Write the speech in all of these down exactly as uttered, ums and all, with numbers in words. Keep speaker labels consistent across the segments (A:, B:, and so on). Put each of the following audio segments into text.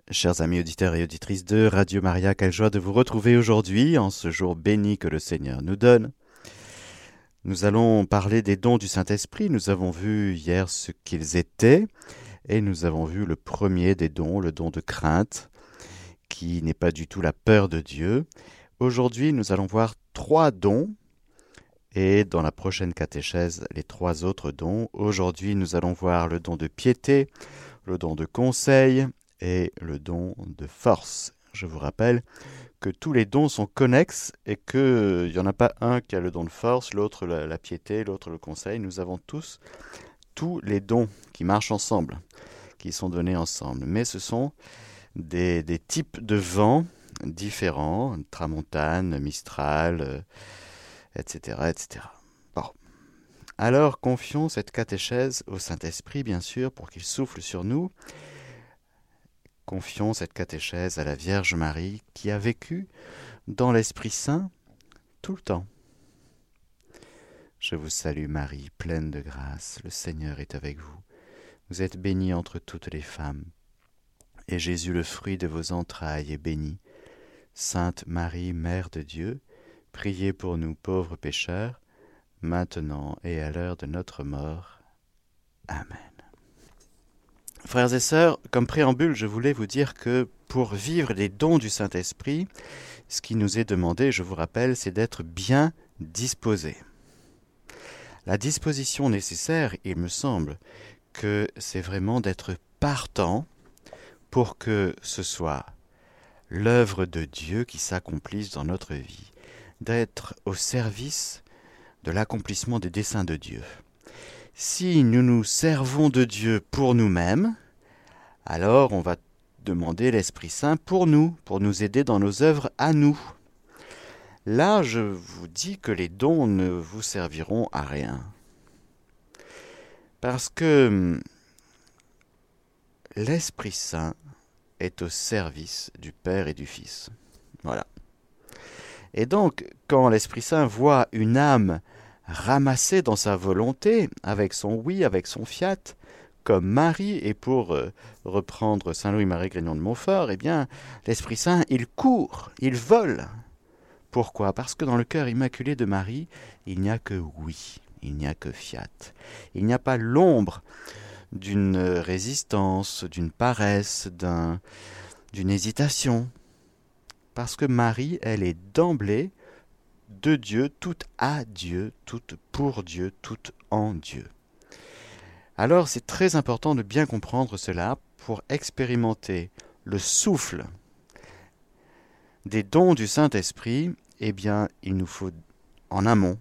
A: Chers amis auditeurs et auditrices de Radio Maria, quelle joie de vous retrouver aujourd'hui en ce jour béni que le Seigneur nous donne. Nous allons parler des dons du Saint-Esprit. Nous avons vu hier ce qu'ils étaient et nous avons vu le premier des dons, le don de crainte, qui n'est pas du tout la peur de Dieu. Aujourd'hui, nous allons voir trois dons et dans la prochaine catéchèse, les trois autres dons. Aujourd'hui, nous allons voir le don de piété, le don de conseil et le don de force. Je vous rappelle que tous les dons sont connexes et qu'il n'y en a pas un qui a le don de force, l'autre la, la piété, l'autre le conseil. Nous avons tous tous les dons qui marchent ensemble, qui sont donnés ensemble. Mais ce sont des, des types de vents différents, tramontane, mistral, euh, et cetera, et cetera. Bon. Alors confions cette catéchèse au Saint-Esprit, bien sûr, pour qu'il souffle sur nous. Confions cette catéchèse à la Vierge Marie qui a vécu dans l'Esprit Saint tout le temps. Je vous salue Marie, pleine de grâce, le Seigneur est avec vous. Vous êtes bénie entre toutes les femmes, et Jésus, le fruit de vos entrailles, est béni. Sainte Marie, Mère de Dieu, priez pour nous pauvres pécheurs, maintenant et à l'heure de notre mort. Amen. Frères et sœurs, comme préambule, je voulais vous dire que pour vivre les dons du Saint-Esprit, ce qui nous est demandé, je vous rappelle, c'est d'être bien disposé. La disposition nécessaire, il me semble, que c'est vraiment d'être partant pour que ce soit l'œuvre de Dieu qui s'accomplisse dans notre vie, d'être au service de l'accomplissement des desseins de Dieu. Si nous nous servons de Dieu pour nous-mêmes, alors on va demander l'Esprit Saint pour nous, pour nous aider dans nos œuvres à nous. Là, je vous dis que les dons ne vous serviront à rien. Parce que l'Esprit Saint est au service du Père et du Fils. Voilà. Et donc, quand l'Esprit Saint voit une âme ramassée dans sa volonté, avec son oui, avec son fiat, comme Marie, et pour euh, reprendre Saint Louis-Marie Grignon de Montfort, eh bien, l'Esprit Saint, il court, il vole. Pourquoi ? Parce que dans le cœur immaculé de Marie, il n'y a que oui, il n'y a que fiat. Il n'y a pas l'ombre d'une résistance, d'une paresse, d'un, d'une hésitation. Parce que Marie, elle est d'emblée de Dieu, toute à Dieu, toute pour Dieu, toute en Dieu. Alors c'est très important de bien comprendre cela pour expérimenter le souffle des dons du Saint-Esprit. Eh bien, il nous faut en amont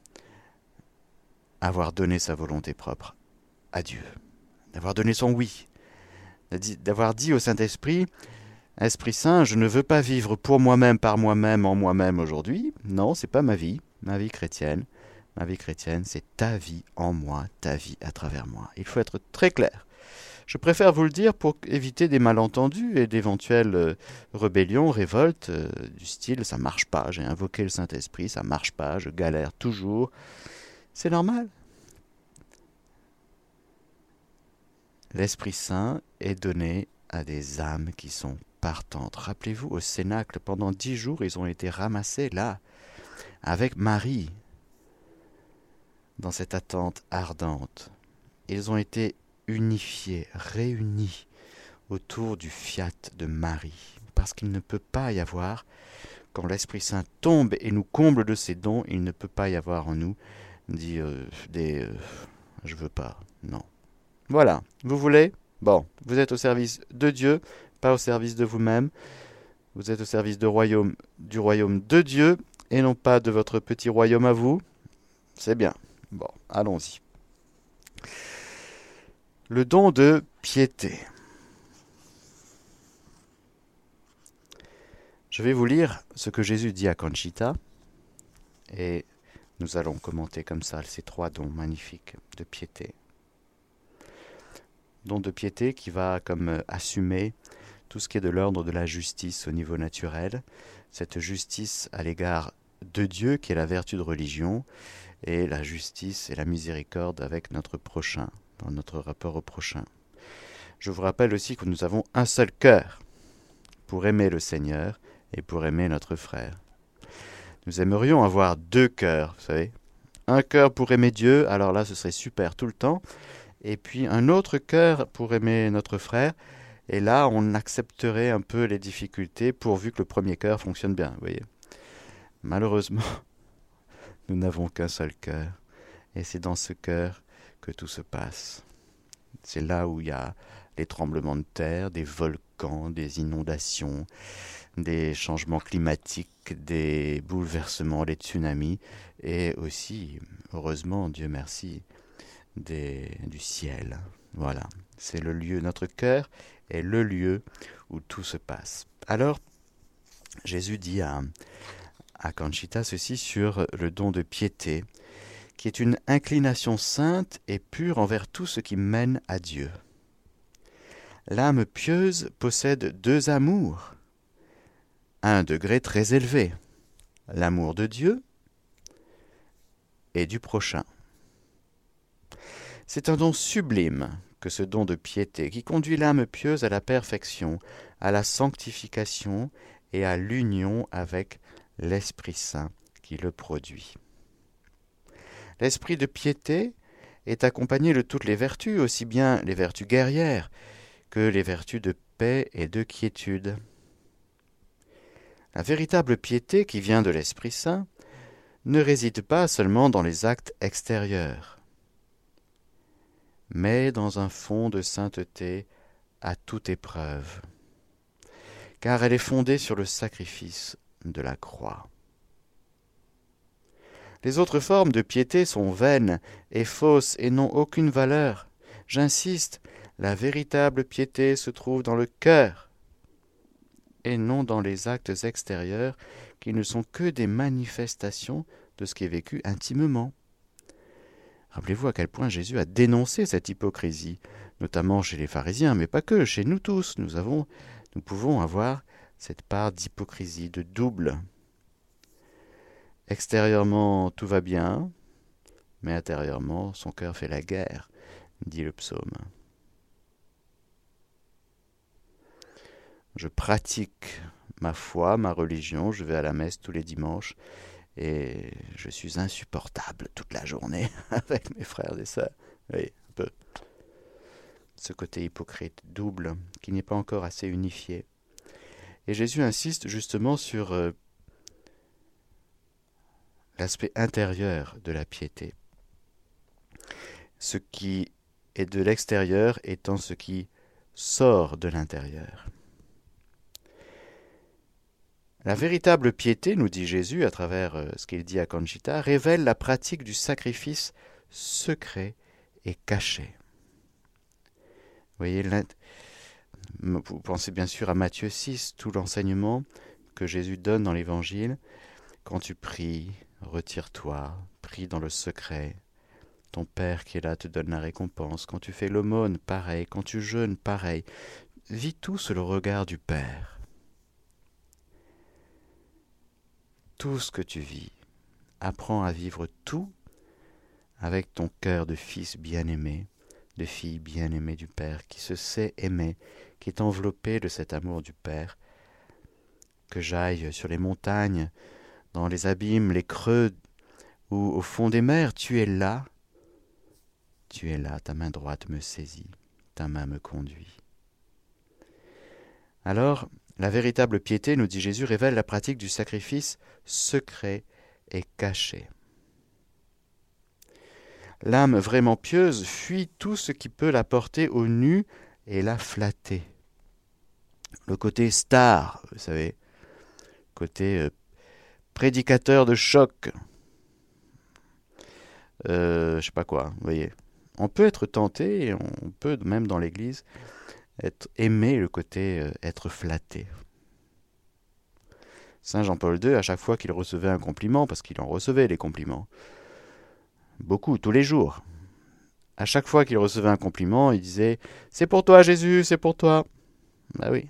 A: avoir donné sa volonté propre à Dieu, d'avoir donné son oui, d'avoir dit au Saint-Esprit: Esprit Saint, je ne veux pas vivre pour moi-même, par moi-même, en moi-même aujourd'hui. Non, c'est pas ma vie, ma vie chrétienne. Ma vie chrétienne, c'est ta vie en moi, ta vie à travers moi. Il faut être très clair. Je préfère vous le dire pour éviter des malentendus et d'éventuelles euh, rébellions, révoltes, euh, du style « ça marche pas, j'ai invoqué le Saint-Esprit, ça marche pas, je galère toujours ». C'est normal. L'Esprit Saint est donné à des âmes qui sont partantes. Rappelez-vous, au Cénacle, pendant dix jours, ils ont été ramassés là, avec Marie, dans cette attente ardente. Ils ont été unifiés, réunis autour du fiat de Marie. Parce qu'il ne peut pas y avoir, quand l'Esprit Saint tombe et nous comble de ses dons, il ne peut pas y avoir en nous dit, euh, des euh, « je veux pas », non. Voilà, vous voulez ? Bon, vous êtes au service de Dieu, pas au service de vous-même. Vous êtes au service de royaume, du royaume de Dieu, et non pas de votre petit royaume à vous. C'est bien. Bon, allons-y. Le don de piété. Je vais vous lire ce que Jésus dit à Conchita, et nous allons commenter comme ça ces trois dons magnifiques de piété. Don de piété qui va comme assumer tout ce qui est de l'ordre de la justice au niveau naturel, cette justice à l'égard de Dieu qui est la vertu de religion, et la justice et la miséricorde avec notre prochain, dans notre rapport au prochain. Je vous rappelle aussi que nous avons un seul cœur. pour aimer le Seigneur et pour aimer notre frère. Nous aimerions avoir deux cœurs, vous savez. Un cœur pour aimer Dieu, alors là ce serait super tout le temps, et puis un autre cœur pour aimer notre frère, et là on accepterait un peu les difficultés pourvu que le premier cœur fonctionne bien, vous voyez. Malheureusement, nous n'avons qu'un seul cœur, et c'est dans ce cœur que tout se passe. C'est là où il y a les tremblements de terre, des volcans, des inondations, des changements climatiques, des bouleversements, des tsunamis, et aussi, heureusement, Dieu merci, des, du ciel. Voilà, c'est le lieu, notre cœur est le lieu où tout se passe. Alors, Jésus dit à, à Conchita ceci sur le don de piété, qui est une inclination sainte et pure envers tout ce qui mène à Dieu. L'âme pieuse possède deux amours, à un degré très élevé, l'amour de Dieu et du prochain. C'est un don sublime que ce don de piété qui conduit l'âme pieuse à la perfection, à la sanctification et à l'union avec l'Esprit Saint qui le produit. L'esprit de piété est accompagné de toutes les vertus, aussi bien les vertus guerrières que les vertus de paix et de quiétude. La véritable piété qui vient de l'Esprit Saint ne réside pas seulement dans les actes extérieurs, mais dans un fond de sainteté à toute épreuve, car elle est fondée sur le sacrifice de la croix. Les autres formes de piété sont vaines et fausses et n'ont aucune valeur. J'insiste, la véritable piété se trouve dans le cœur et non dans les actes extérieurs qui ne sont que des manifestations de ce qui est vécu intimement. Rappelez-vous à quel point Jésus a dénoncé cette hypocrisie, notamment chez les pharisiens, mais pas que, chez nous tous. Nous avons, nous pouvons avoir cette part d'hypocrisie, de double. Extérieurement, tout va bien, mais intérieurement, son cœur fait la guerre, dit le psaume. Je pratique ma foi, ma religion, je vais à la messe tous les dimanches, et je suis insupportable toute la journée avec mes frères et sœurs. Oui, un peu. Ce côté hypocrite, double, qui n'est pas encore assez unifié. Et Jésus insiste justement sur euh, l'aspect intérieur de la piété. Ce qui est de l'extérieur étant ce qui sort de l'intérieur. La véritable piété, nous dit Jésus à travers euh, ce qu'il dit à Conchita, révèle la pratique du sacrifice secret et caché. Vous voyez, vous pensez bien sûr à Matthieu six, tout l'enseignement que Jésus donne dans l'Évangile. Quand tu pries, retire-toi, prie dans le secret. Ton Père qui est là te donne la récompense. Quand tu fais l'aumône, pareil. Quand tu jeûnes, pareil. Vis tout sous le regard du Père. Tout ce que tu vis, apprends à vivre tout avec ton cœur de fils bien-aimé, de fille bien-aimée du Père, qui se sait aimer, qui est enveloppé de cet amour du Père. Que j'aille sur les montagnes, dans les abîmes, les creux, ou au fond des mers, tu es là. Tu es là, ta main droite me saisit, ta main me conduit. Alors, la véritable piété, nous dit Jésus, révèle la pratique du sacrifice secret et caché. L'âme vraiment pieuse fuit tout ce qui peut la porter au nu et la flatter. Le côté star, vous savez, côté euh, prédicateur de choc, euh, je sais pas quoi, vous voyez. On peut être tenté, et on peut même dans l'Église être aimer le côté euh, être flatté. Saint Jean-Paul deux, à chaque fois qu'il recevait un compliment, parce qu'il en recevait des compliments, beaucoup, tous les jours, à chaque fois qu'il recevait un compliment, il disait « C'est pour toi Jésus, c'est pour toi ». Ah oui.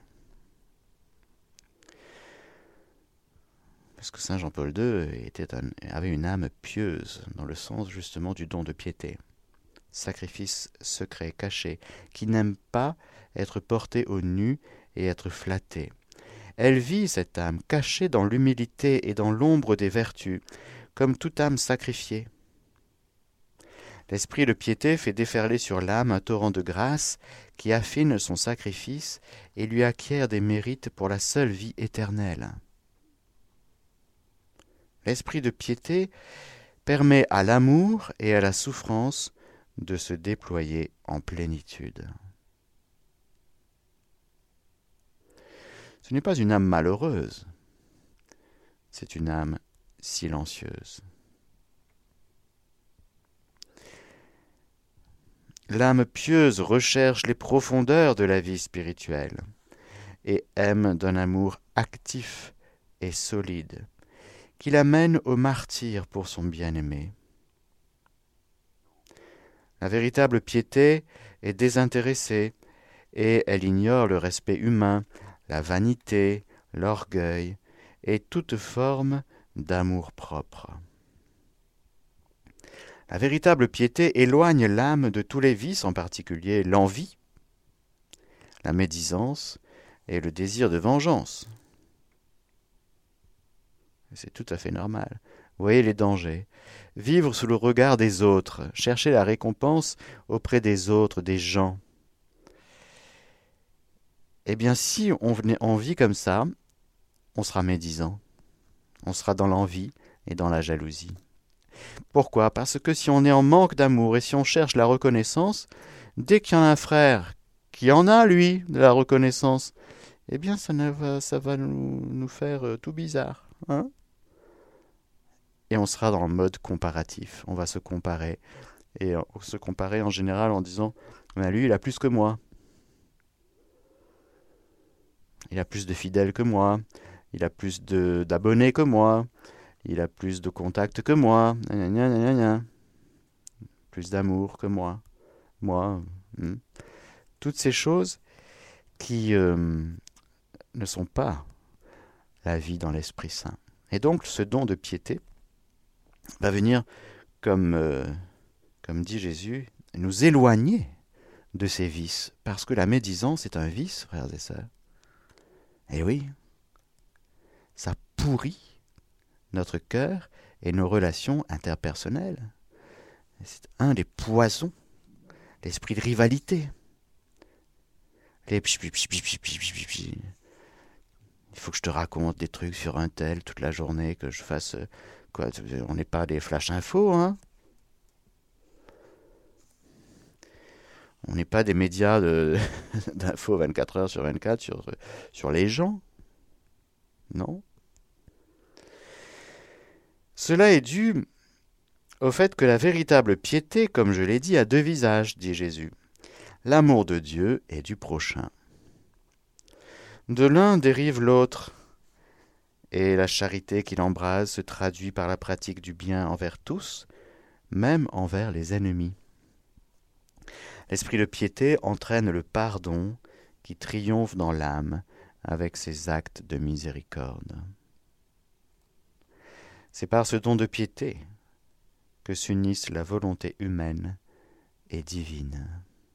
A: Parce que Saint Jean-Paul deux était un, avait une âme pieuse, dans le sens justement du don de piété. Sacrifice secret, caché, qui n'aime pas être porté au nu et être flatté. Elle vit, cette âme, cachée dans l'humilité et dans l'ombre des vertus, comme toute âme sacrifiée. L'esprit de piété fait déferler sur l'âme un torrent de grâce qui affine son sacrifice et lui acquiert des mérites pour la seule vie éternelle. L'esprit de piété permet à l'amour et à la souffrance de se déployer en plénitude. Ce n'est pas une âme malheureuse, c'est une âme silencieuse. L'âme pieuse recherche les profondeurs de la vie spirituelle et aime d'un amour actif et solide qui l'amène au martyre pour son bien-aimé. La véritable piété est désintéressée et elle ignore le respect humain, la vanité, l'orgueil et toute forme d'amour-propre. La véritable piété éloigne l'âme de tous les vices, en particulier l'envie, la médisance et le désir de vengeance. C'est tout à fait normal. Vous voyez les dangers. Vivre sous le regard des autres, chercher la récompense auprès des autres, des gens. Eh bien, si on, on vit comme ça, on sera médisant. On sera dans l'envie et dans la jalousie. Pourquoi ? Parce que si on est en manque d'amour et si on cherche la reconnaissance, dès qu'il y a un frère qui en a, lui, de la reconnaissance, eh bien, ça, ne va, ça va nous, nous faire euh, tout bizarre. Hein ? Et on sera dans le mode comparatif. On va se comparer. Et on se comparer en général en disant ben, « lui, il a plus que moi. Il a plus de fidèles que moi. Il a plus de, d'abonnés que moi. Il a plus de contacts que moi. Gna, gna, gna, gna. Plus d'amour que moi. Moi. Hmm. » Toutes ces choses qui euh, ne sont pas la vie dans l'Esprit Saint. Et donc, ce don de piété va venir, comme, euh, comme dit Jésus, nous éloigner de ces vices. Parce que la médisance est un vice, frères et sœurs. Et oui, ça pourrit notre cœur et nos relations interpersonnelles. C'est un des poisons, l'esprit de rivalité. Les pch, pch, pch, pch, pch, pch, pch. Il faut que je te raconte des trucs sur un tel toute la journée, que je fasse... Quoi, on n'est pas des flash infos, hein. On n'est pas des médias de, d'infos vingt-quatre heures sur vingt-quatre sur, sur les gens. Non. Cela est dû au fait que la véritable piété, comme je l'ai dit, a deux visages, dit Jésus. L'amour de Dieu et du prochain. De l'un dérive l'autre, et la charité qui l'embrase se traduit par la pratique du bien envers tous, même envers les ennemis. L'esprit de piété entraîne le pardon qui triomphe dans l'âme avec ses actes de miséricorde. C'est par ce don de piété que s'unissent la volonté humaine et divine.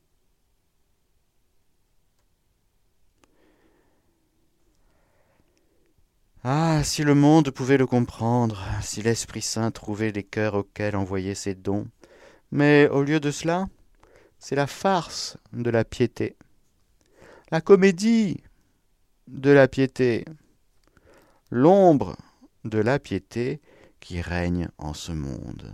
A: Ah, si le monde pouvait le comprendre, si l'Esprit Saint trouvait les cœurs auxquels envoyer ses dons. Mais au lieu de cela, c'est la farce de la piété, la comédie de la piété, l'ombre de la piété qui règne en ce monde.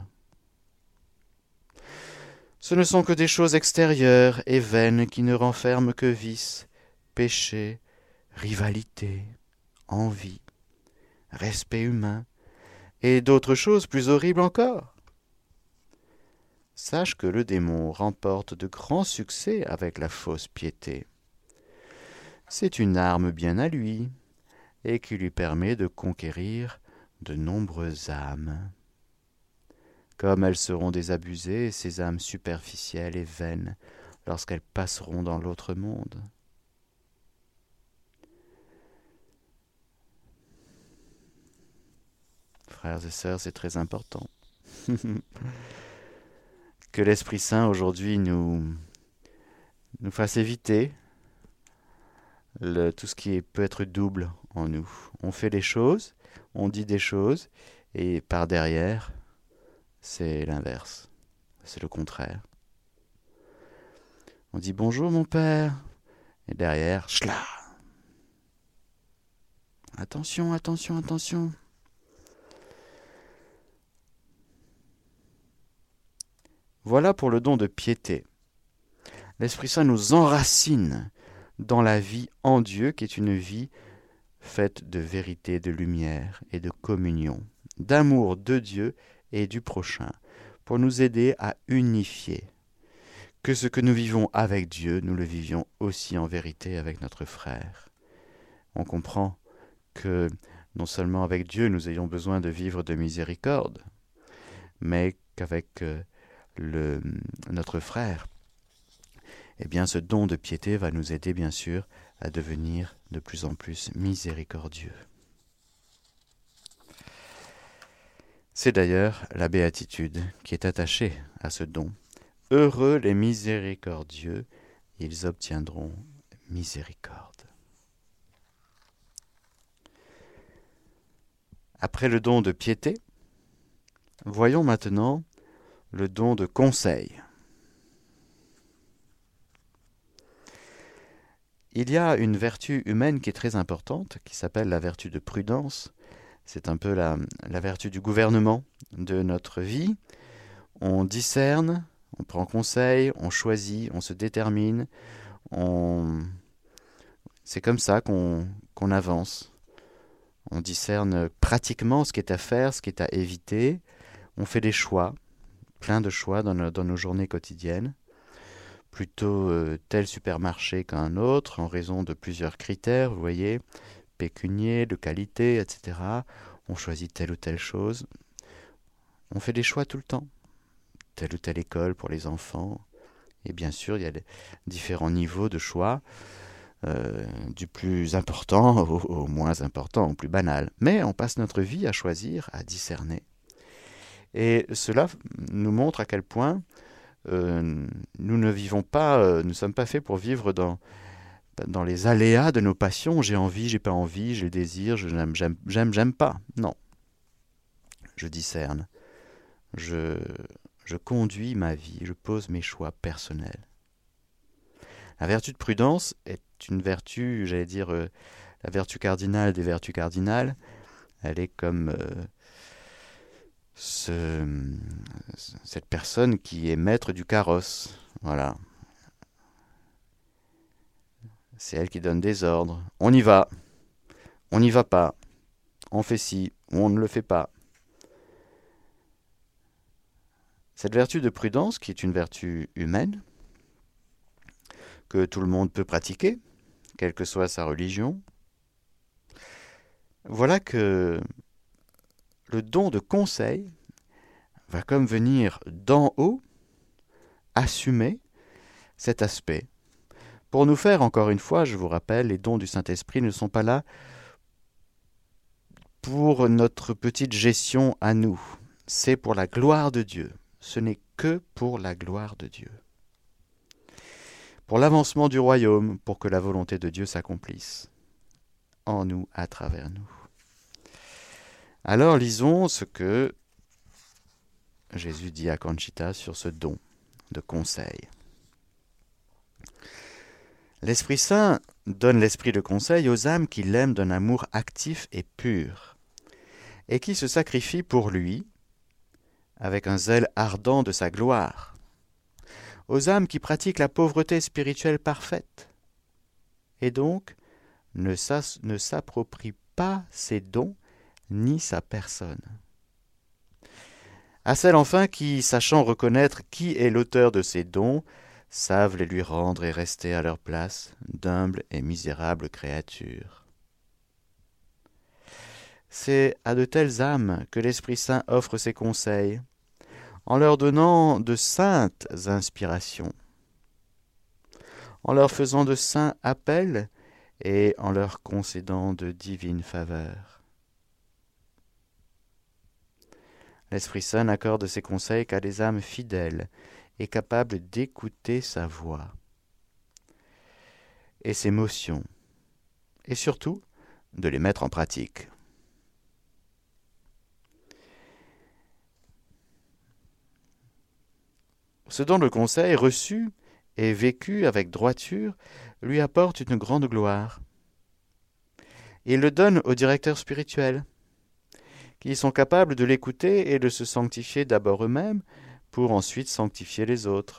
A: Ce ne sont que des choses extérieures et vaines qui ne renferment que vice, péché, rivalité, envie, respect humain, et d'autres choses plus horribles encore. Sache que le démon remporte de grands succès avec la fausse piété. C'est une arme bien à lui, et qui lui permet de conquérir de nombreuses âmes. Comme elles seront désabusées, ces âmes superficielles et vaines, lorsqu'elles passeront dans l'autre monde. Frères et sœurs, c'est très important. Que l'Esprit Saint aujourd'hui nous, nous fasse éviter le, tout ce qui peut être double en nous. On fait des choses, on dit des choses, et par derrière, c'est l'inverse. C'est le contraire. On dit bonjour mon père, et derrière, chla. Attention, attention, attention. Voilà pour le don de piété. L'Esprit Saint nous enracine dans la vie en Dieu, qui est une vie faite de vérité, de lumière et de communion, d'amour de Dieu et du prochain, pour nous aider à unifier. Que ce que nous vivons avec Dieu, nous le vivions aussi en vérité avec notre frère. On comprend que non seulement avec Dieu nous ayons besoin de vivre de miséricorde, mais qu'avec euh, le, notre frère, eh bien ce don de piété va nous aider bien sûr à devenir de plus en plus miséricordieux. C'est d'ailleurs la béatitude qui est attachée à ce don. Heureux les miséricordieux, ils obtiendront miséricorde. Après le don de piété, voyons maintenant le don de conseil. Il y a une vertu humaine qui est très importante, qui s'appelle la vertu de prudence. C'est un peu la, la vertu du gouvernement de notre vie. On discerne, on prend conseil, on choisit, on se détermine. On... C'est comme ça qu'on, qu'on avance. On discerne pratiquement ce qui est à faire, ce qui est à éviter. On fait des choix, plein de choix dans nos, dans nos journées quotidiennes. Plutôt euh, tel supermarché qu'un autre, en raison de plusieurs critères, vous voyez, pécunier, de qualité, et cetera. On choisit telle ou telle chose. On fait des choix tout le temps. Telle ou telle école pour les enfants. Et bien sûr, il y a des différents niveaux de choix, euh, du plus important au, au moins important, au plus banal. Mais on passe notre vie à choisir, à discerner. Et cela nous montre à quel point Euh, nous ne vivons pas, euh, nous ne sommes pas faits pour vivre dans, dans les aléas de nos passions. J'ai envie, j'ai pas envie, j'ai le désir, je, j'aime, j'aime, j'aime, j'aime pas. Non. Je discerne. Je, je conduis ma vie, je pose mes choix personnels. La vertu de prudence est une vertu, j'allais dire, euh, la vertu cardinale des vertus cardinales. Elle est comme... Euh, Ce, cette personne qui est maître du carrosse. Voilà. C'est elle qui donne des ordres. On y va. On n'y va pas. On fait ci ou on ne le fait pas. Cette vertu de prudence, qui est une vertu humaine, que tout le monde peut pratiquer, quelle que soit sa religion, voilà que le don de conseil va comme venir d'en haut assumer cet aspect. Pour nous faire, encore une fois, je vous rappelle, les dons du Saint-Esprit ne sont pas là pour notre petite gestion à nous. C'est pour la gloire de Dieu. Ce n'est que pour la gloire de Dieu. Pour l'avancement du royaume, pour que la volonté de Dieu s'accomplisse en nous, à travers nous. Alors lisons ce que Jésus dit à Conchita sur ce don de conseil. L'Esprit Saint donne l'esprit de conseil aux âmes qui l'aiment d'un amour actif et pur, et qui se sacrifient pour lui avec un zèle ardent de sa gloire, aux âmes qui pratiquent la pauvreté spirituelle parfaite, et donc ne s'approprient pas ses dons ni sa personne. À celles enfin qui, sachant reconnaître qui est l'auteur de ces dons, savent les lui rendre et rester à leur place d'humbles et misérables créatures. C'est à de telles âmes que l'Esprit Saint offre ses conseils, en leur donnant de saintes inspirations, en leur faisant de saints appels et en leur concédant de divines faveurs. L'Esprit Saint n'accorde ses conseils qu'à des âmes fidèles et capables d'écouter sa voix et ses motions, et surtout de les mettre en pratique. Ce don de conseil reçu et vécu avec droiture lui apporte une grande gloire. Il le donne aux directeurs spirituels, qui sont capables de l'écouter et de se sanctifier d'abord eux-mêmes, pour ensuite sanctifier les autres.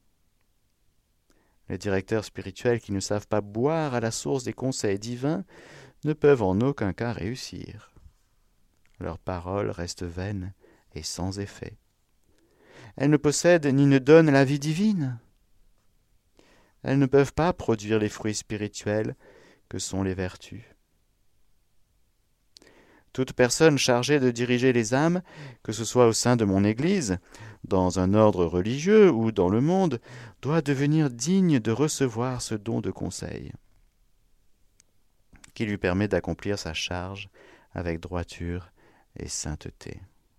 A: Les directeurs spirituels qui ne savent pas boire à la source des conseils divins ne peuvent en aucun cas réussir. Leurs paroles restent vaines et sans effet. Elles ne possèdent ni ne donnent la vie divine. Elles ne peuvent pas produire les fruits spirituels que sont les vertus. Toute personne chargée de diriger les âmes, que ce soit au sein de mon Église, dans un ordre religieux ou dans le monde, doit devenir digne de recevoir ce don de conseil, qui lui permet d'accomplir sa charge avec droiture et sainteté.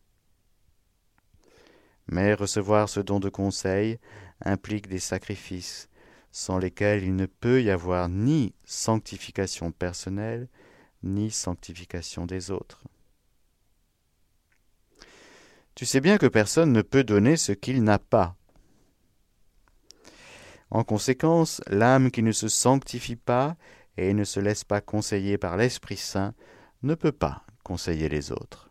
A: Mais recevoir ce don de conseil implique des sacrifices, sans lesquels il ne peut y avoir ni sanctification personnelle, ni sanctification des autres. Tu sais bien que personne ne peut donner ce qu'il n'a pas. En conséquence, l'âme qui ne se sanctifie pas et ne se laisse pas conseiller par l'Esprit Saint ne peut pas conseiller les autres.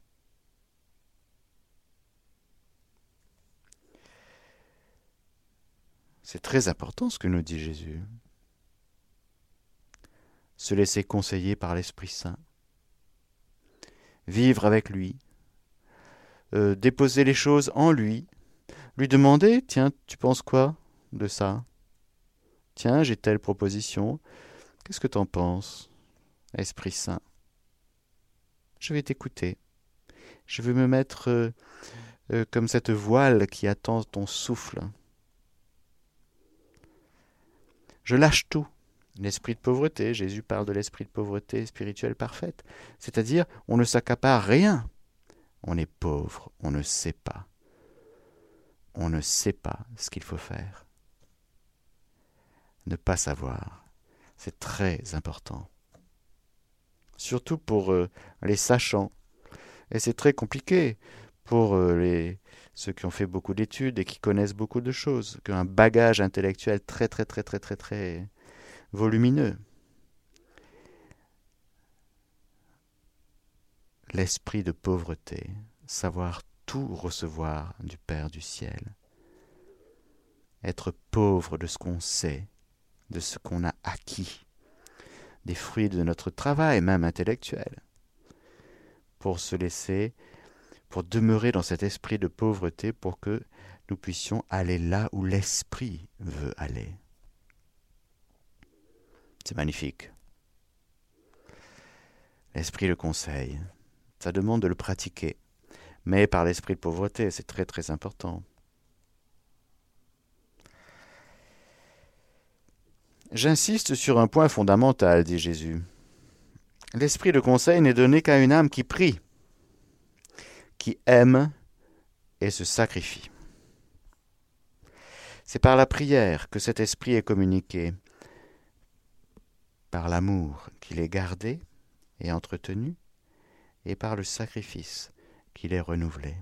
A: C'est très important ce que nous dit Jésus. Se laisser conseiller par l'Esprit Saint, vivre avec lui, euh, déposer les choses en lui, lui demander, tiens, tu penses quoi de ça? Tiens, j'ai telle proposition, qu'est-ce que tu en penses, Esprit Saint? Je vais t'écouter, je vais me mettre euh, euh, comme cette voile qui attend ton souffle. Je lâche tout. L'esprit de pauvreté, Jésus parle de l'esprit de pauvreté spirituelle parfaite, c'est-à-dire on ne s'accapare rien. On est pauvre, on ne sait pas. On ne sait pas ce qu'il faut faire. Ne pas savoir, c'est très important. Surtout pour euh, les sachants. Et c'est très compliqué pour euh, les, ceux qui ont fait beaucoup d'études et qui connaissent beaucoup de choses, qui ont un bagage intellectuel très très très très très très volumineux. L'esprit de pauvreté, savoir tout recevoir du Père du ciel. Être pauvre de ce qu'on sait, de ce qu'on a acquis, des fruits de notre travail, même intellectuel, pour se laisser, pour demeurer dans cet esprit de pauvreté, pour que nous puissions aller là où l'esprit veut aller. C'est magnifique. L'esprit le conseille. Ça demande de le pratiquer. Mais par l'esprit de pauvreté, c'est très très important. J'insiste sur un point fondamental, dit Jésus. L'esprit de conseil n'est donné qu'à une âme qui prie, qui aime et se sacrifie. C'est par la prière que cet esprit est communiqué, par l'amour qu'il est gardé et entretenu, et par le sacrifice qu'il est renouvelé.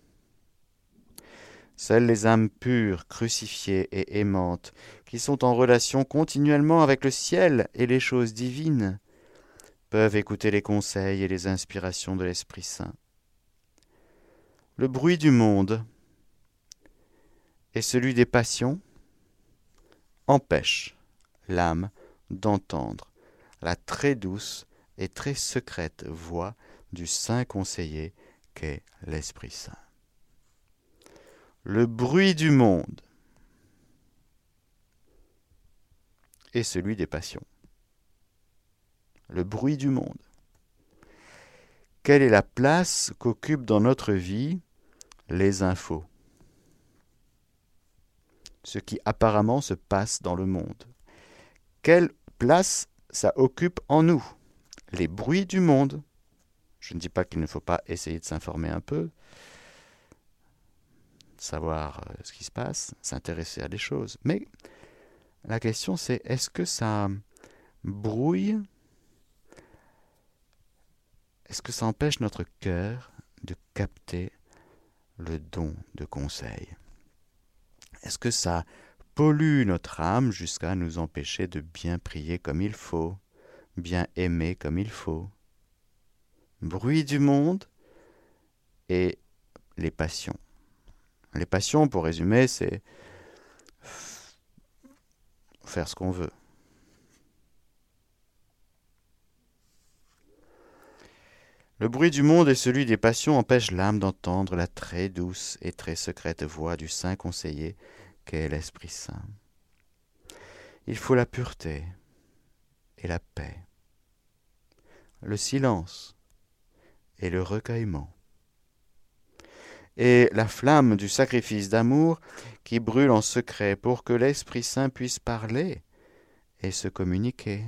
A: Seules les âmes pures, crucifiées et aimantes, qui sont en relation continuellement avec le ciel et les choses divines, peuvent écouter les conseils et les inspirations de l'Esprit Saint. Le bruit du monde et celui des passions empêchent l'âme d'entendre la très douce et très secrète voix du saint conseiller qu'est l'Esprit Saint. Le bruit du monde et celui des passions. Le bruit du monde. Quelle est la place qu'occupent dans notre vie les infos? Ce qui apparemment se passe dans le monde. Quelle place ça occupe en nous? Les bruits du monde. Je ne dis pas qu'il ne faut pas essayer de s'informer un peu, savoir ce qui se passe, s'intéresser à des choses. Mais la question c'est, est-ce que ça brouille est-ce que ça empêche notre cœur de capter le don de conseil? Est-ce que ça pollue notre âme jusqu'à nous empêcher de bien prier comme il faut, bien aimer comme il faut? Bruit du monde et les passions. Les passions, pour résumer, c'est faire ce qu'on veut. Le bruit du monde et celui des passions empêchent l'âme d'entendre la très douce et très secrète voix du Saint Conseiller qu'est l'Esprit Saint. Il faut la pureté et la paix, le silence et le recueillement, et la flamme du sacrifice d'amour qui brûle en secret pour que l'Esprit Saint puisse parler et se communiquer.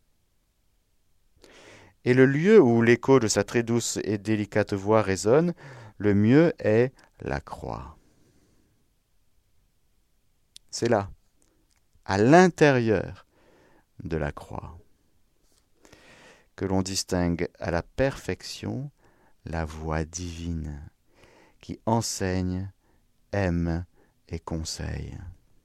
A: Et le lieu où l'écho de sa très douce et délicate voix résonne, le mieux est la croix. C'est là, à l'intérieur de la croix, que l'on distingue à la perfection la voix divine qui enseigne, aime et conseille.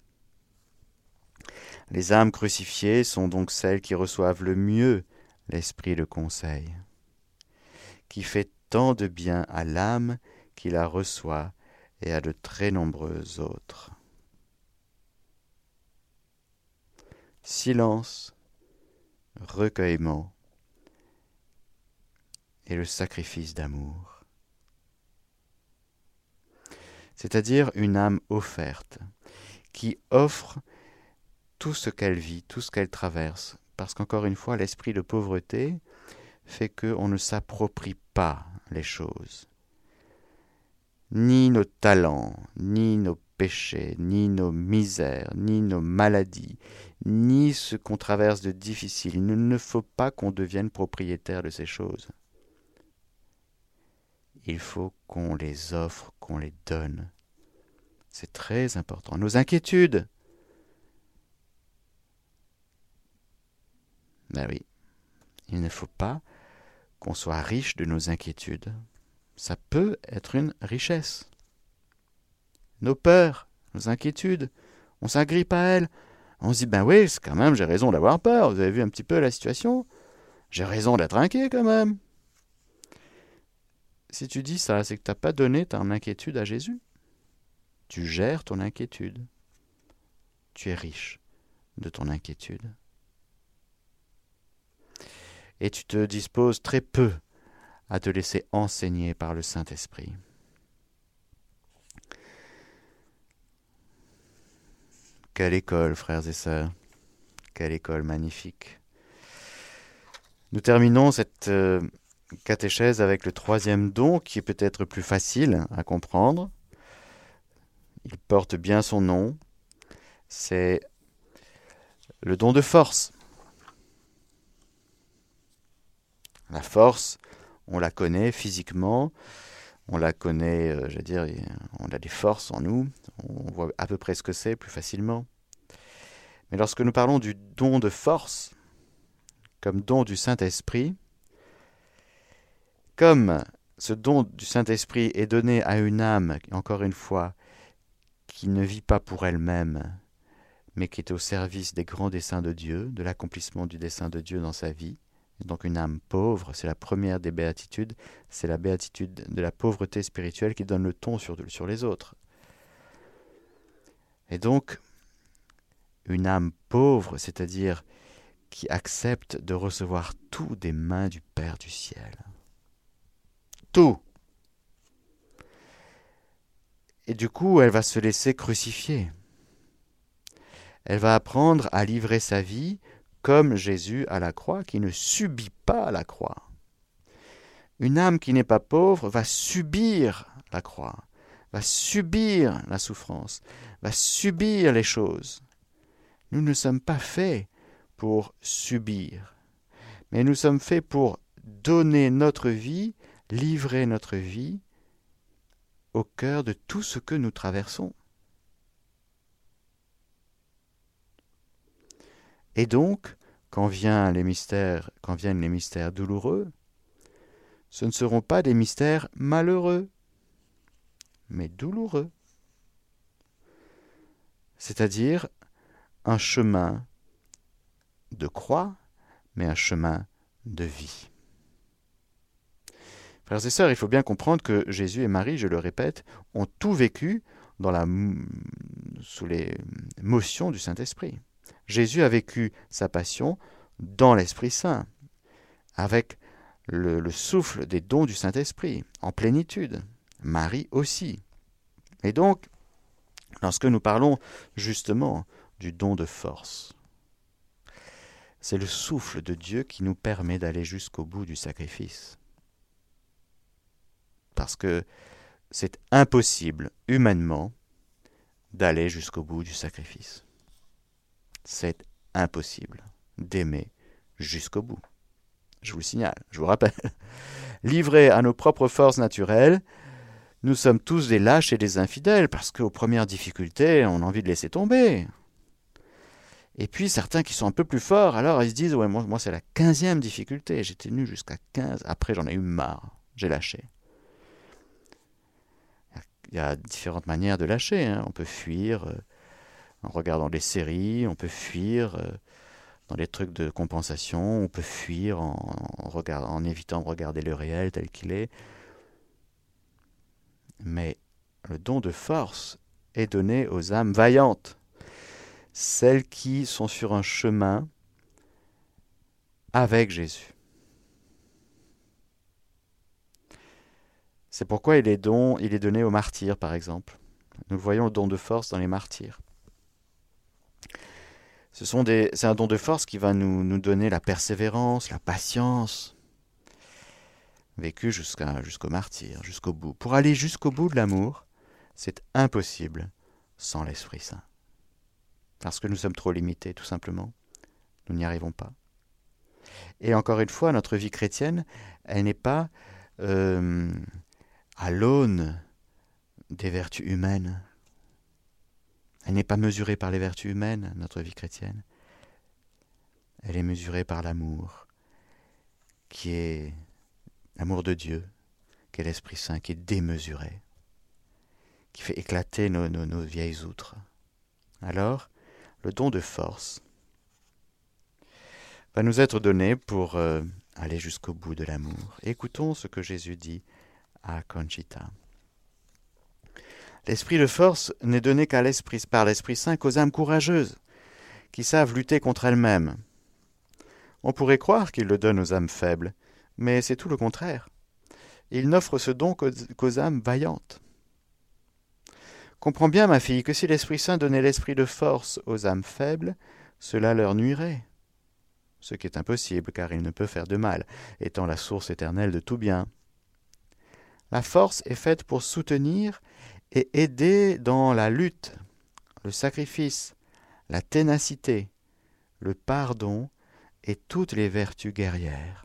A: Les âmes crucifiées sont donc celles qui reçoivent le mieux l'esprit de conseil, qui fait tant de bien à l'âme qui la reçoit et à de très nombreuses autres. Silence, recueillement et le sacrifice d'amour. C'est-à-dire une âme offerte, qui offre tout ce qu'elle vit, tout ce qu'elle traverse, parce qu'encore une fois, l'esprit de pauvreté fait qu'on ne s'approprie pas les choses. Ni nos talents, ni nos péchés, ni nos misères, ni nos maladies, ni ce qu'on traverse de difficile. Il ne faut pas qu'on devienne propriétaire de ces choses. Il faut qu'on les offre, qu'on les donne. C'est très important. Nos inquiétudes. Ben oui, il ne faut pas qu'on soit riche de nos inquiétudes. Ça peut être une richesse. Nos peurs, nos inquiétudes, on s'agrippe à elles. On se dit, ben oui, c'est quand même, j'ai raison d'avoir peur. Vous avez vu un petit peu la situation? J'ai raison d'être inquiet quand même. Si tu dis ça, c'est que tu n'as pas donné ton inquiétude à Jésus. Tu gères ton inquiétude. Tu es riche de ton inquiétude. Et tu te disposes très peu à te laisser enseigner par le Saint-Esprit. Quelle école, frères et sœurs, quelle école magnifique. Nous terminons cette euh, catéchèse avec le troisième don qui est peut-être plus facile à comprendre. Il porte bien son nom, c'est le don de force. La force, on la connaît physiquement, on la connaît, euh, je veux dire, on a des forces en nous, on voit à peu près ce que c'est plus facilement. Mais lorsque nous parlons du don de force, comme don du Saint-Esprit, comme ce don du Saint-Esprit est donné à une âme, encore une fois, qui ne vit pas pour elle-même, mais qui est au service des grands desseins de Dieu, de l'accomplissement du dessein de Dieu dans sa vie, donc une âme pauvre, c'est la première des béatitudes, c'est la béatitude de la pauvreté spirituelle qui donne le ton sur, sur les autres. Et donc, une âme pauvre, c'est-à-dire qui accepte de recevoir tout des mains du Père du ciel. Tout. Et du coup, elle va se laisser crucifier. Elle va apprendre à livrer sa vie comme Jésus à la croix, qui ne subit pas la croix. Une âme qui n'est pas pauvre va subir la croix, va subir la souffrance, va subir les choses. Nous ne sommes pas faits pour subir, mais nous sommes faits pour donner notre vie, livrer notre vie au cœur de tout ce que nous traversons. Et donc, quand, vient les mystères, quand viennent les mystères douloureux, ce ne seront pas des mystères malheureux, mais douloureux. C'est-à-dire un chemin de croix, mais un chemin de vie. Frères et sœurs, il faut bien comprendre que Jésus et Marie, je le répète, ont tout vécu dans la, sous les motions du Saint-Esprit. Jésus a vécu sa passion dans l'Esprit Saint, avec le, le souffle des dons du Saint-Esprit, en plénitude. Marie aussi. Et donc, lorsque nous parlons justement du don de force, c'est le souffle de Dieu qui nous permet d'aller jusqu'au bout du sacrifice. Parce que c'est impossible, humainement, d'aller jusqu'au bout du sacrifice. C'est impossible d'aimer jusqu'au bout. Je vous le signale, je vous rappelle. Livrés à nos propres forces naturelles, nous sommes tous des lâches et des infidèles, parce qu'aux premières difficultés, on a envie de laisser tomber. Et puis certains qui sont un peu plus forts, alors ils se disent « Ouais, moi, moi c'est la quinzième difficulté, j'ai tenu jusqu'à quinze, après j'en ai eu marre, j'ai lâché ». Il y a différentes manières de lâcher. Hein. On peut fuir euh, en regardant des séries, on peut fuir euh, dans les trucs de compensation, on peut fuir en, en, regard, en évitant de regarder le réel tel qu'il est. Mais le don de force est donné aux âmes vaillantes, celles qui sont sur un chemin avec Jésus. C'est pourquoi il est, don, il est donné aux martyrs, par exemple. Nous voyons le don de force dans les martyrs. Ce sont des, c'est un don de force qui va nous, nous donner la persévérance, la patience, vécu jusqu'à, jusqu'au martyr, jusqu'au bout. Pour aller jusqu'au bout de l'amour, c'est impossible sans l'Esprit Saint. Parce que nous sommes trop limités, tout simplement. Nous n'y arrivons pas. Et encore une fois, notre vie chrétienne, elle n'est pas euh, à l'aune des vertus humaines. Elle n'est pas mesurée par les vertus humaines, notre vie chrétienne. Elle est mesurée par l'amour, qui est l'amour de Dieu, qui est l'Esprit Saint, qui est démesuré, qui fait éclater nos, nos, nos vieilles outres. Alors, le don de force va nous être donné pour euh, aller jusqu'au bout de l'amour. Écoutons ce que Jésus dit à Conchita. L'esprit de force n'est donné qu'à l'esprit, par l'Esprit Saint qu'aux âmes courageuses, qui savent lutter contre elles-mêmes. On pourrait croire qu'il le donne aux âmes faibles, mais c'est tout le contraire. Il n'offre ce don qu'aux, qu'aux âmes vaillantes. Comprends bien, ma fille, que si l'Esprit Saint donnait l'esprit de force aux âmes faibles, cela leur nuirait. Ce qui est impossible, car il ne peut faire de mal, étant la source éternelle de tout bien. La force est faite pour soutenir et aider dans la lutte, le sacrifice, la ténacité, le pardon et toutes les vertus guerrières.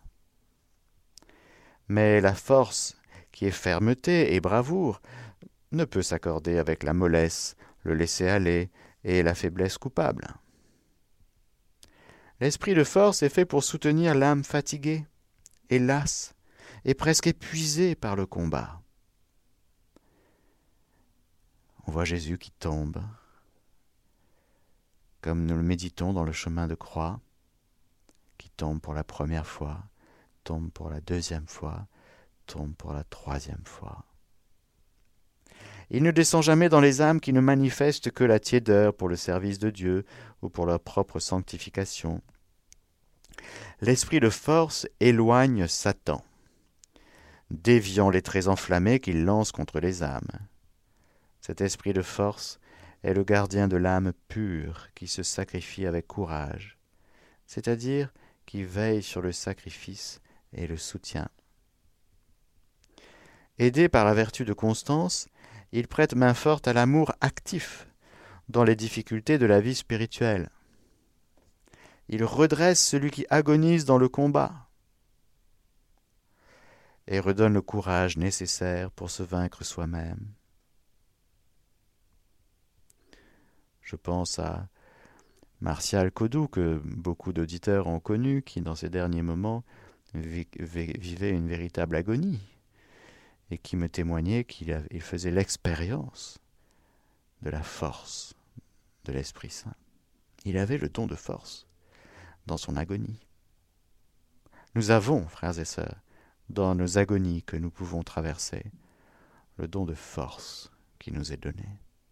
A: Mais la force, qui est fermeté et bravoure, ne peut s'accorder avec la mollesse, le laisser-aller et la faiblesse coupable. L'esprit de force est fait pour soutenir l'âme fatiguée, et lasse, et presque épuisée par le combat. On voit Jésus qui tombe, comme nous le méditons dans le chemin de croix, qui tombe pour la première fois, tombe pour la deuxième fois, tombe pour la troisième fois. Il ne descend jamais dans les âmes qui ne manifestent que la tiédeur pour le service de Dieu ou pour leur propre sanctification. L'esprit de force éloigne Satan, déviant les traits enflammés qu'il lance contre les âmes. Cet esprit de force est le gardien de l'âme pure qui se sacrifie avec courage, c'est-à-dire qui veille sur le sacrifice et le soutient. Aidé par la vertu de constance, il prête main forte à l'amour actif dans les difficultés de la vie spirituelle. Il redresse celui qui agonise dans le combat et redonne le courage nécessaire pour se vaincre soi-même. Je pense à Martial Codou, que beaucoup d'auditeurs ont connu, qui dans ces derniers moments vivait une véritable agonie et qui me témoignait qu'il avait, il faisait l'expérience de la force de l'Esprit Saint. Il avait le don de force dans son agonie. Nous avons, frères et sœurs, dans nos agonies que nous pouvons traverser, le don de force qui nous est donné.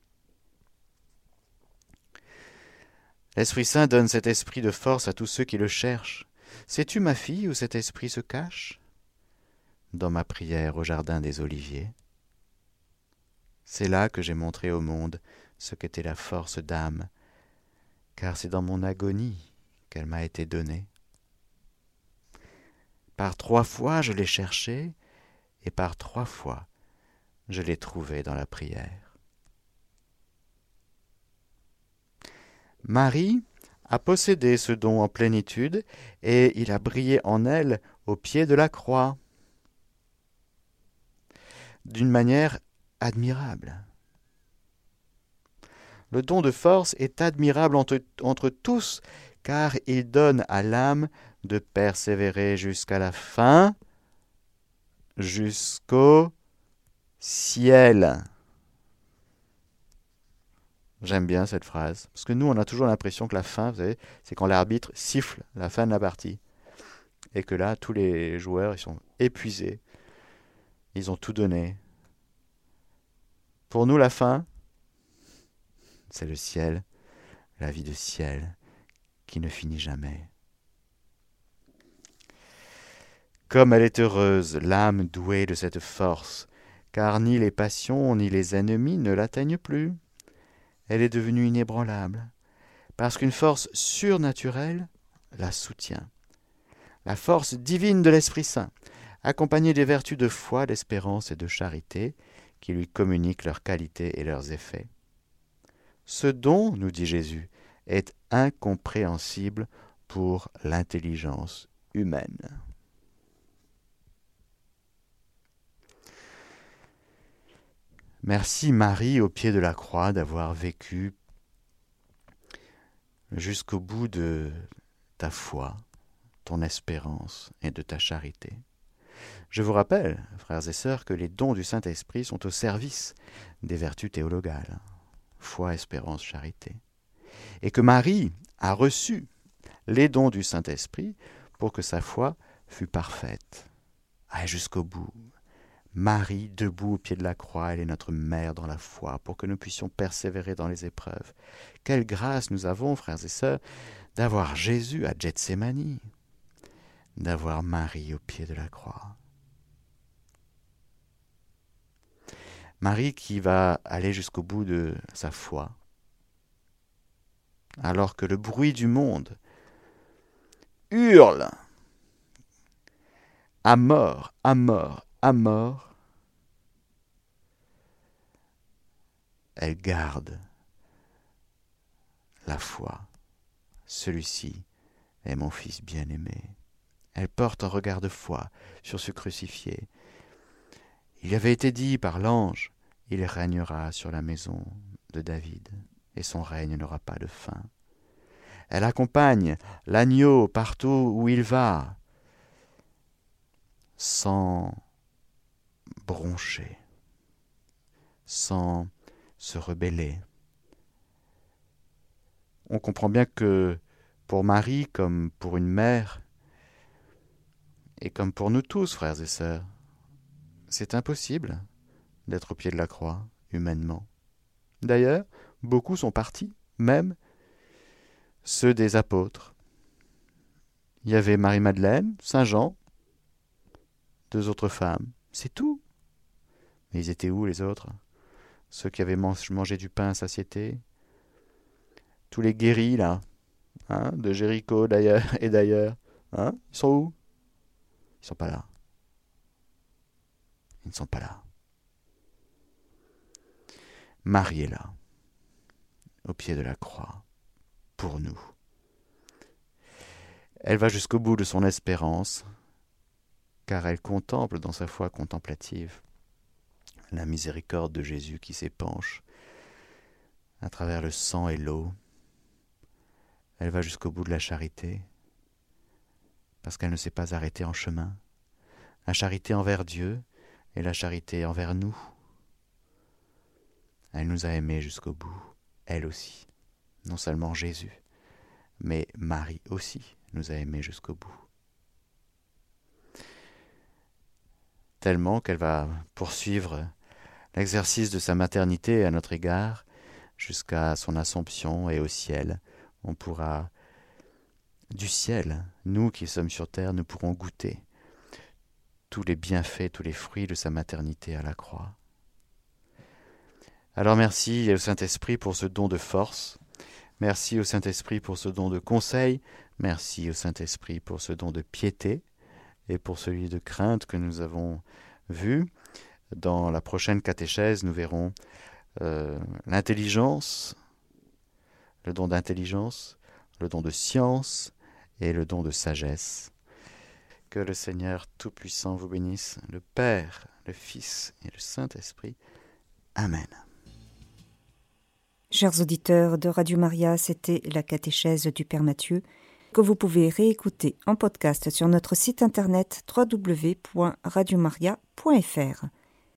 A: L'Esprit Saint donne cet esprit de force à tous ceux qui le cherchent. Sais-tu, ma fille, où cet esprit se cache ? Dans ma prière au jardin des Oliviers. C'est là que j'ai montré au monde ce qu'était la force d'âme, car c'est dans mon agonie qu'elle m'a été donnée. Par trois fois je l'ai cherchée, et par trois fois je l'ai trouvée dans la prière. Marie a possédé ce don en plénitude, et il a brillé en elle au pied de la croix, d'une manière admirable. Le don de force est admirable entre, entre tous, car il donne à l'âme de persévérer jusqu'à la fin, jusqu'au ciel. J'aime bien cette phrase, parce que nous, on a toujours l'impression que la fin, vous savez, c'est quand l'arbitre siffle la fin de la partie, et que là, tous les joueurs, ils sont épuisés, ils ont tout donné. Pour nous, la fin, c'est le ciel, la vie de ciel, qui ne finit jamais. Comme elle est heureuse, l'âme douée de cette force, car ni les passions ni les ennemis ne l'atteignent plus. Elle est devenue inébranlable, parce qu'une force surnaturelle la soutient. La force divine de l'Esprit Saint, accompagnée des vertus de foi, d'espérance et de charité, qui lui communiquent leurs qualités et leurs effets. Ce don, nous dit Jésus, est incompréhensible pour l'intelligence humaine. Merci Marie au pied de la croix d'avoir vécu jusqu'au bout de ta foi, ton espérance et de ta charité. Je vous rappelle, frères et sœurs, que les dons du Saint-Esprit sont au service des vertus théologales, foi, espérance, charité, et que Marie a reçu les dons du Saint-Esprit pour que sa foi fût parfaite. Ah, jusqu'au bout. Marie, debout au pied de la croix, elle est notre mère dans la foi, pour que nous puissions persévérer dans les épreuves. Quelle grâce nous avons, frères et sœurs, d'avoir Jésus à Gethsémani, d'avoir Marie au pied de la croix. Marie qui va aller jusqu'au bout de sa foi, alors que le bruit du monde hurle à mort, à mort, à mort, elle garde la foi. Celui-ci est mon Fils bien-aimé. Elle porte un regard de foi sur ce crucifié. Il avait été dit par l'ange, il régnera sur la maison de David, et son règne n'aura pas de fin. Elle accompagne l'agneau partout où il va, sans broncher, sans se rebeller. On comprend bien que pour Marie, comme pour une mère, et comme pour nous tous, frères et sœurs, c'est impossible d'être au pied de la croix, humainement. D'ailleurs, beaucoup sont partis, même ceux des apôtres. Il y avait Marie-Madeleine, Saint Jean, deux autres femmes, c'est tout. Mais ils étaient où les autres ? Ceux qui avaient mangé du pain à satiété, tous les guéris là, hein, de Jéricho d'ailleurs et d'ailleurs, hein, ils sont où ? Ils sont pas là. Ils ne sont pas là. Marie est là, au pied de la croix, pour nous. Elle va jusqu'au bout de son espérance, car elle contemple dans sa foi contemplative la miséricorde de Jésus qui s'épanche à travers le sang et l'eau. Elle va jusqu'au bout de la charité, parce qu'elle ne s'est pas arrêtée en chemin. La charité envers Dieu et la charité envers nous. Elle nous a aimés jusqu'au bout, elle aussi. Non seulement Jésus, mais Marie aussi nous a aimés jusqu'au bout. Tellement qu'elle va poursuivre l'exercice de sa maternité à notre égard jusqu'à son Assomption et au ciel. On pourra, du ciel, nous qui sommes sur terre, nous pourrons goûter tous les bienfaits, tous les fruits de sa maternité à la croix. Alors merci au Saint-Esprit pour ce don de force, merci au Saint-Esprit pour ce don de conseil, merci au Saint-Esprit pour ce don de piété et pour celui de crainte que nous avons vu. Dans la prochaine catéchèse, nous verrons euh, l'intelligence, le don d'intelligence, le don de science et le don de sagesse. Que le Seigneur Tout-Puissant vous bénisse, le Père, le Fils et le Saint-Esprit. Amen.
B: Chers auditeurs de Radio Maria, c'était la catéchèse du Père Mathieu, que vous pouvez réécouter en podcast sur notre site internet w w w point radio maria point f r.